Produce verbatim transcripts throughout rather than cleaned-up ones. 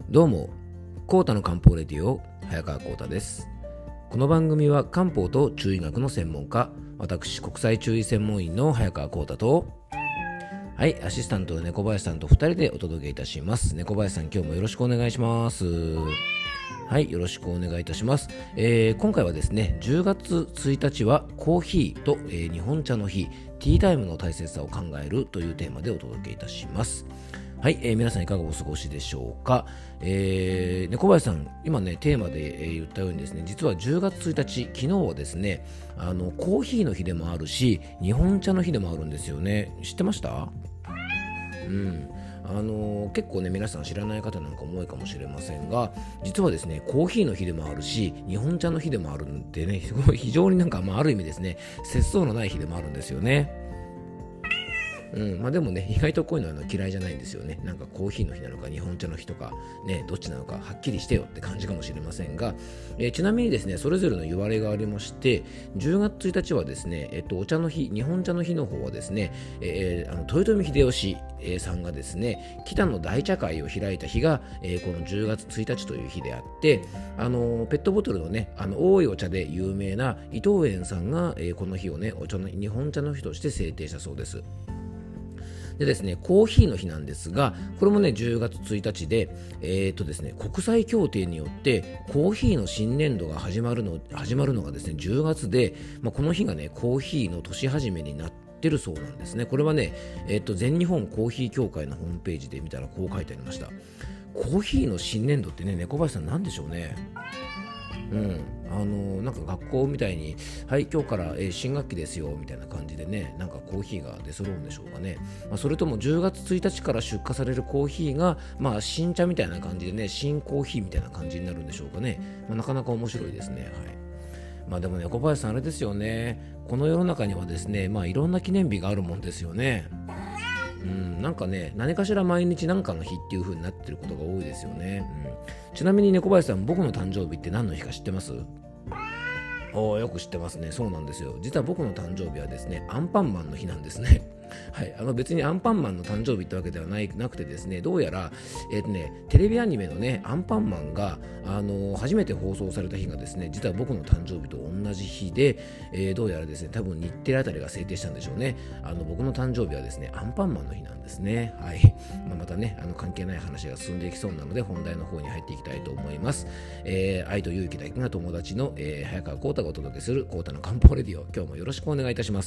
どうも、コータの漢方レディオ早川コータです。この番組は漢方と中医学の専門家、私国際中医専門医の早川コータと、はい、アシスタントの猫林さんとふたりでお届けいたします。猫林さん、今日もよろしくお願いします。はい、よろしくお願いいたします。えー、今回はですね、じゅうがつついたちはコーヒーと、えー、日本茶の日、ティータイムの大切さを考えるというテーマでお届けいたします。はい、えー、皆さんいかがお過ごしでしょうか。えー、猫林さん、今ねテーマで、えー、言ったようにですね、実はじゅうがつついたち、昨日はですね、あのコーヒーの日でもあるし、日本茶の日でもあるんですよね。知ってました？うん、あのー、結構ね皆さん知らない方なんかも多いかもしれませんが、実はですねコーヒーの日でもあるし、日本茶の日でもあるんでね、すごい非常になんか、まあ、ある意味ですね、節操のない日でもあるんですよね。うんまあ、でもね、意外とこういうのは嫌いじゃないんですよね。なんかコーヒーの日なのか日本茶の日とかね、どっちなのかはっきりしてよって感じかもしれませんが、えー、ちなみにですね、それぞれの言われがありまして、じゅうがつついたちはですね、えっと、お茶の日、日本茶の日の方はですね、えー、あの豊臣秀吉さんがですね、北の大茶会を開いた日が、えー、このじゅうがつついたちという日であって、あのー、ペットボトルのね、あの多いお茶で有名な伊藤園さんが、えー、この日をね、お茶の日本茶の日として制定したそうです。でですね、コーヒーの日なんですが、これもねじゅうがつついたちで、えーとですね、国際協定によってコーヒーの新年度が始まるの始まるのがですねじゅうがつで、まあ、この日がねコーヒーの年始めになってるそうなんですね。これはね、えーと全日本コーヒー協会のホームページで見たらこう書いてありました。コーヒーの新年度ってね、猫林さんなんでしょうね。うん、あのなんか学校みたいに、はい今日から、えー新学期ですよみたいな感じでね、なんかコーヒーが出揃うんでしょうかね。まあ、それともじゅうがつついたちから出荷されるコーヒーが、まあ、新茶みたいな感じでね、新コーヒーみたいな感じになるんでしょうかね。まあ、なかなか面白いですね。はい。まあでもね、小林さんあれですよね、この世の中にはですね、まあいろんな記念日があるもんですよね。うん、なんかね、何かしら毎日何かの日っていう風になってることが多いですよね。うん、ちなみに猫林さん、僕の誕生日って何の日か知ってます？おー、よく知ってますね。そうなんですよ。実は僕の誕生日はですね、アンパンマンの日なんですね。はい、あの別にアンパンマンの誕生日ってわけではないなくてですね、どうやら、えーとね、テレビアニメのね、アンパンマンが、あのー初めて放送された日がですね、実は僕の誕生日と同じ日で、えーどうやらですね、多分日テレあたりが制定したんでしょうね。あの僕の誕生日はですね、アンパンマンの日なんですね。はい。まあ、またね、あの関係ない話が進んでいきそうなので、本題の方に入っていきたいと思います。えー愛と勇気だけが友達の、えー早川浩太がお届けする浩太の漢方レディオ、今日もよろしくお願いいたします。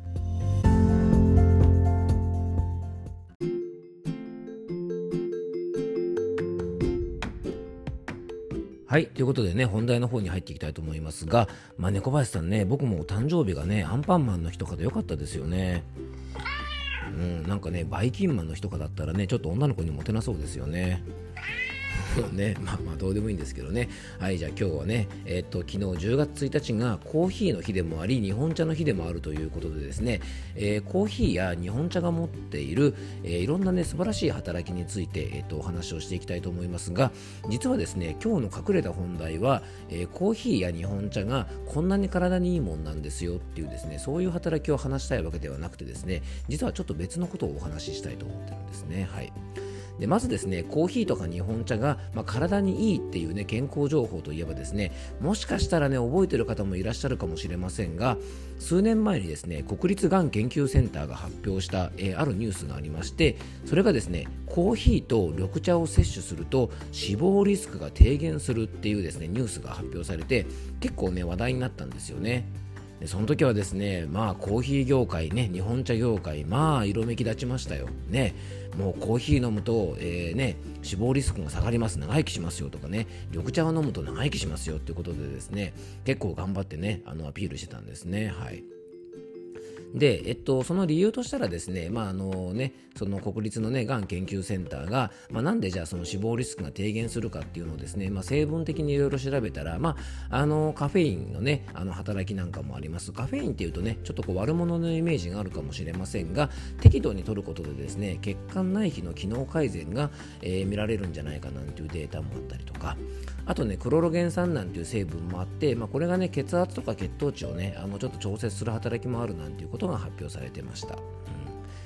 はい、ということでね、本題の方に入っていきたいと思いますが、まあ、猫林さんね、僕もお誕生日がね、アンパンマンの日とかでよかったですよね。うん、なんかね、バイキンマンの日とかだったらね、ちょっと女の子にモテなそうですよね。ね、まあまあどうでもいいんですけどね。はい、じゃあ今日はね、えーっと昨日じゅうがつついたちがコーヒーの日でもあり、日本茶の日でもあるということでですね、えーコーヒーや日本茶が持っている、えーいろんなね素晴らしい働きについて、えーっとお話をしていきたいと思いますが、実はですね、今日の隠れた本題は、えーコーヒーや日本茶がこんなに体にいいもんなんですよっていうですね、そういう働きを話したいわけではなくてですね、実はちょっと別のことをお話ししたいと思ってるんですね。はい。でまずですね、コーヒーとか日本茶が、まあ、体にいいっていうね健康情報といえばですね、もしかしたらね覚えてる方もいらっしゃるかもしれませんが、数年前にですね国立がん研究センターが発表した、えーあるニュースがありまして、それがですね、コーヒーと緑茶を摂取すると死亡リスクが低減するっていうですねニュースが発表されて、結構ね話題になったんですよね。でその時はですね、まあコーヒー業界ね、日本茶業界、まあ色めき立ちましたよね。もうコーヒー飲むと、えーね、死亡リスクが下がります、長生きしますよとかね、緑茶を飲むと長生きしますよっていうことでですね、結構頑張ってね、あのアピールしてたんですね。はい。で、えっと、その理由としたらですね、まああのね、その国立のね、がん研究センターが、まあ、なんでじゃあその死亡リスクが低減するかっていうのをですね、まあ、成分的にいろいろ調べたら、まあ、あのカフェインのね、あの働きなんかもあります。カフェインっていうとね、ちょっとこう悪者のイメージがあるかもしれませんが、適度に摂ることでですね、血管内皮の機能改善が、えー見られるんじゃないかなんていうデータもあったりとか、あとね、クロロゲン酸なんていう成分もあって、まあ、これがね、血圧とか血糖値をね、あのちょっと調節する働きもあるなんていうことが発表されてました。うん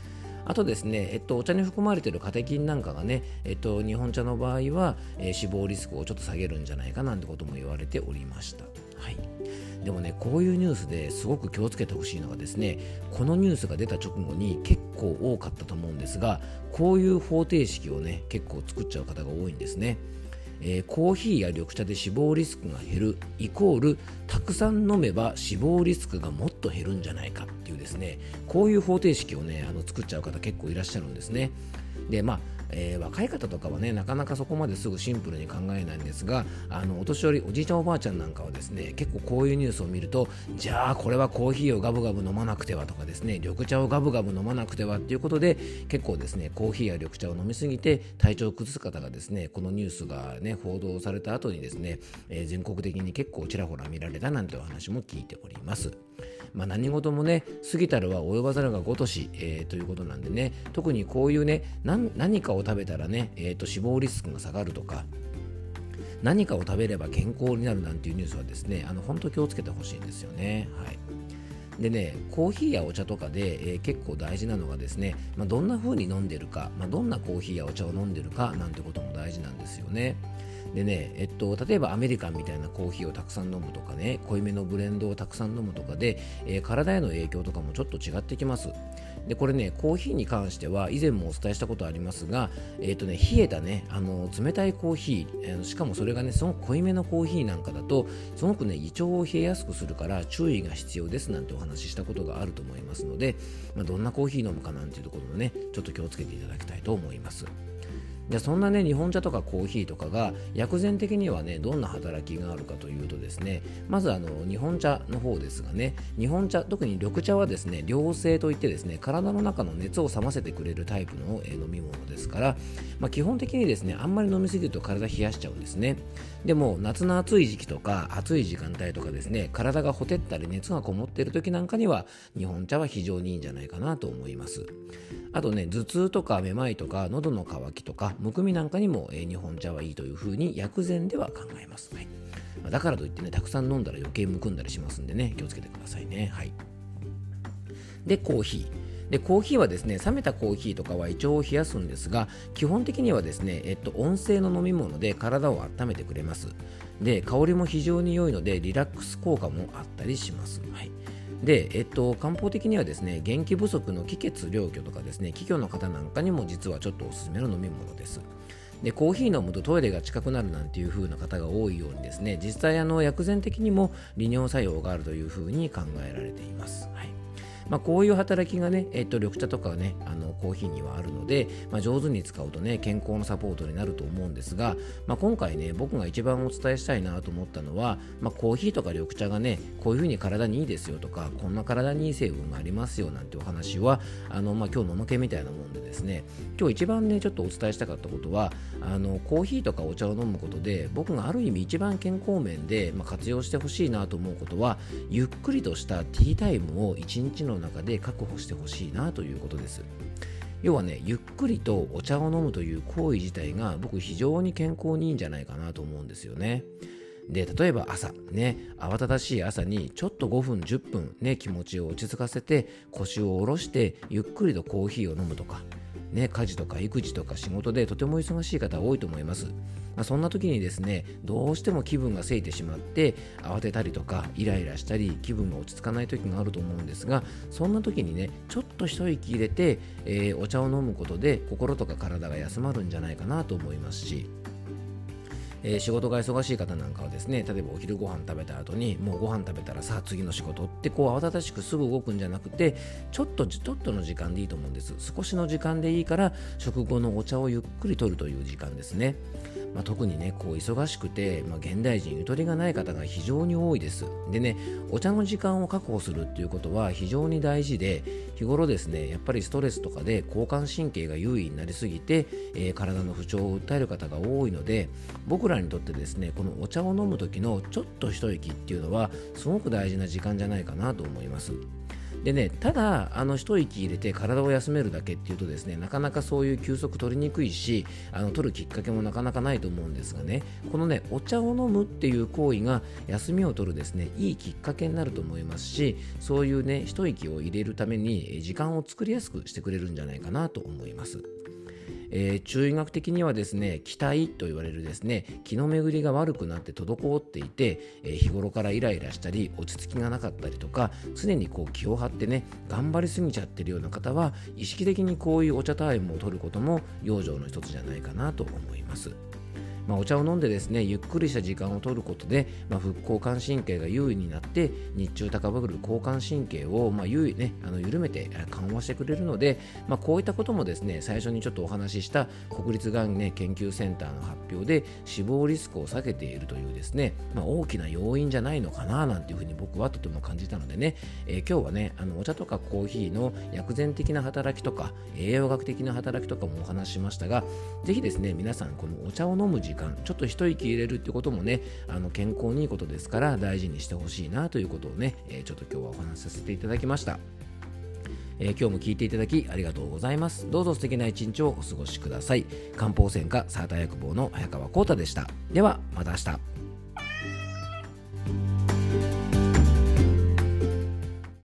あとですね、えっと、お茶に含まれているカテキンなんかがね、えっと、日本茶の場合は、えー、死亡リスクをちょっと下げるんじゃないかなんてことも言われておりました。はい。でもね、こういうニュースですごく気をつけてほしいのがですね、このニュースが出た直後に結構多かったと思うんですが、こういう方程式をね、結構作っちゃう方が多いんですね。えー、コーヒーや緑茶で死亡リスクが減るイコールたくさん飲めば死亡リスクがもっと減るんじゃないかっていうですね、こういう方程式をね、あの作っちゃう方結構いらっしゃるんですね。で、まあえー、若い方とかはね、なかなかそこまですぐシンプルに考えないんですが、あのお年寄り、おじいちゃんおばあちゃんなんかはですね、結構こういうニュースを見ると、じゃあこれはコーヒーをガブガブ飲まなくてはとかですね、緑茶をガブガブ飲まなくてはっていうことで、結構ですね、コーヒーや緑茶を飲みすぎて体調を崩す方がですね、このニュースがね、報道された後にですね、えー、全国的に結構ちらほら見られたなんてお話も聞いております。まあ、何事もね、過ぎたるは及ばざるが如し、えー、ということなんでね、特にこういうね、何, 何かを食べたらね、えーと、死亡リスクが下がるとか、何かを食べれば健康になるなんていうニュースはですね、あの本当気をつけてほしいんですよね。はい。でね、コーヒーやお茶とかで、えー、結構大事なのがですね、まあ、どんな風に飲んでるか、まあ、どんなコーヒーやお茶を飲んでるかなんてことも大事なんですよね。でね、えっと、例えばアメリカンみたいなコーヒーをたくさん飲むとかね、濃いめのブレンドをたくさん飲むとかで、えー、体への影響とかもちょっと違ってきます。で、これね、コーヒーに関しては以前もお伝えしたことありますが、えっとね、冷えたね、あの冷たいコーヒー、えー、しかもそれがね、すごく濃いめのコーヒーなんかだと、すごくね、胃腸を冷えやすくするから注意が必要ですなんてお話ししたことがあると思いますので、まあ、どんなコーヒー飲むかなんていうところもね、ちょっと気をつけていただきたいと思います。で、そんなね、日本茶とかコーヒーとかが薬膳的にはね、どんな働きがあるかというとですね、まずあの日本茶の方ですがね、日本茶、特に緑茶はですね、涼性といってですね、体の中の熱を冷ませてくれるタイプの、えー、飲み物ですから、まあ、基本的にですね、あんまり飲みすぎると体冷やしちゃうんですね。でも夏の暑い時期とか暑い時間帯とかですね、体がほてったり熱がこもっている時なんかには日本茶は非常にいいんじゃないかなと思います。あとね、頭痛とかめまいとか喉の渇きとかむくみなんかにも、えー、日本茶はいいというふうに薬膳では考えます。はい。まあ、だからといってね、たくさん飲んだら余計むくんだりしますんでね、気をつけてくださいね。はい。で、コーヒー。で、コーヒーはですね、冷めたコーヒーとかは胃腸を冷やすんですが、基本的にはですね、えっと、温性の飲み物で体を温めてくれます。で、香りも非常に良いので、リラックス効果もあったりします。はい。で、えっと、漢方的にはですね、元気不足の気血両虚とかですね、気虚の方なんかにも実はちょっとおすすめの飲み物です。で、コーヒー飲むとトイレが近くなるなんていう風な方が多いようにですね、実際あの薬膳的にも利尿作用があるという風に考えられています。はい。まあ、こういう働きがね、えっと、緑茶とかね、あのコーヒーにはあるので、まあ、上手に使うとね、健康のサポートになると思うんですが、まあ、今回ね、僕が一番お伝えしたいなと思ったのは、まあ、コーヒーとか緑茶がね、こういう風に体にいいですよとか、こんな体にいい成分がありますよなんてお話は、あの、まあ、今日のおまけみたいなもんでですね、今日一番ね、ちょっとお伝えしたかったことは、あのコーヒーとかお茶を飲むことで、僕がある意味一番健康面で、まあ、活用してほしいなと思うことは、ゆっくりとしたティータイムを一日の中で確保してほしいなということです。要はね、ゆっくりとお茶を飲むという行為自体が僕非常に健康にいいんじゃないかなと思うんですよね。で、例えば朝ね、慌ただしい朝にちょっとごふんじゅっぷんね、気持ちを落ち着かせて腰を下ろしてゆっくりとコーヒーを飲むとかね、家事とか育児とか仕事でとても忙しい方多いと思います。まあ、そんな時にですね、どうしても気分がせいてしまって慌てたりとかイライラしたり気分が落ち着かない時があると思うんですが、そんな時にね、ちょっと一息入れて、えー、お茶を飲むことで心とか体が休まるんじゃないかなと思いますし、えー、仕事が忙しい方なんかはですね、例えばお昼ご飯食べた後にもうご飯食べたらさあ次の仕事ってこう慌ただしくすぐ動くんじゃなくて、ちょっとちょっとの時間でいいと思うんです。少しの時間でいいから食後のお茶をゆっくりとるという時間ですね。まあ、特にね、こう忙しくて、まあ、現代人ゆとりがない方が非常に多いです。でね、お茶の時間を確保するっていうことは非常に大事で、日頃ですね、やっぱりストレスとかで交感神経が優位になりすぎて、えー、体の不調を訴える方が多いので、僕らにとってですね、このお茶を飲む時のちょっと一息っていうのはすごく大事な時間じゃないかなと思います。 でね、ただあの一息入れて体を休めるだけっていうとですね、なかなかそういう休息取りにくいし、あの取るきっかけもなかなかないと思うんですがね、このねお茶を飲むっていう行為が休みを取るですねいいきっかけになると思いますし、そういうね一息を入れるために時間を作りやすくしてくれるんじゃないかなと思います。えー、中医学的にはですね、気体と言われるですね、気の巡りが悪くなって滞っていて、えー、日頃からイライラしたり落ち着きがなかったりとか、常にこう気を張ってね頑張りすぎちゃってるような方は、意識的にこういうお茶タイムを取ることも養生の一つじゃないかなと思います。まあ、お茶を飲んでですねゆっくりした時間を取ることで、まあ、副交感神経が優位になって日中高ぶる交感神経を、まあ優位ね、あの緩めて緩和してくれるので、まあ、こういったこともですね最初にちょっとお話しした国立がん、ね、研究センターの発表で死亡リスクを下げているというですね、まあ、大きな要因じゃないのかななんていうふうに僕はとても感じたのでね、えー、今日はねあのお茶とかコーヒーの薬膳的な働きとか栄養学的な働きとかもお話ししましたが、ぜひですね皆さんこのお茶を飲む時間、ちょっと一息入れるってこともねあの健康にいいことですから大事にしてほしいなということをね、えー、ちょっと今日はお話しさせていただきました。えー、今日も聞いていただきありがとうございます。どうぞ素敵な一日をお過ごしください。漢方専科サーター薬房の早川浩太でした。ではまた明日。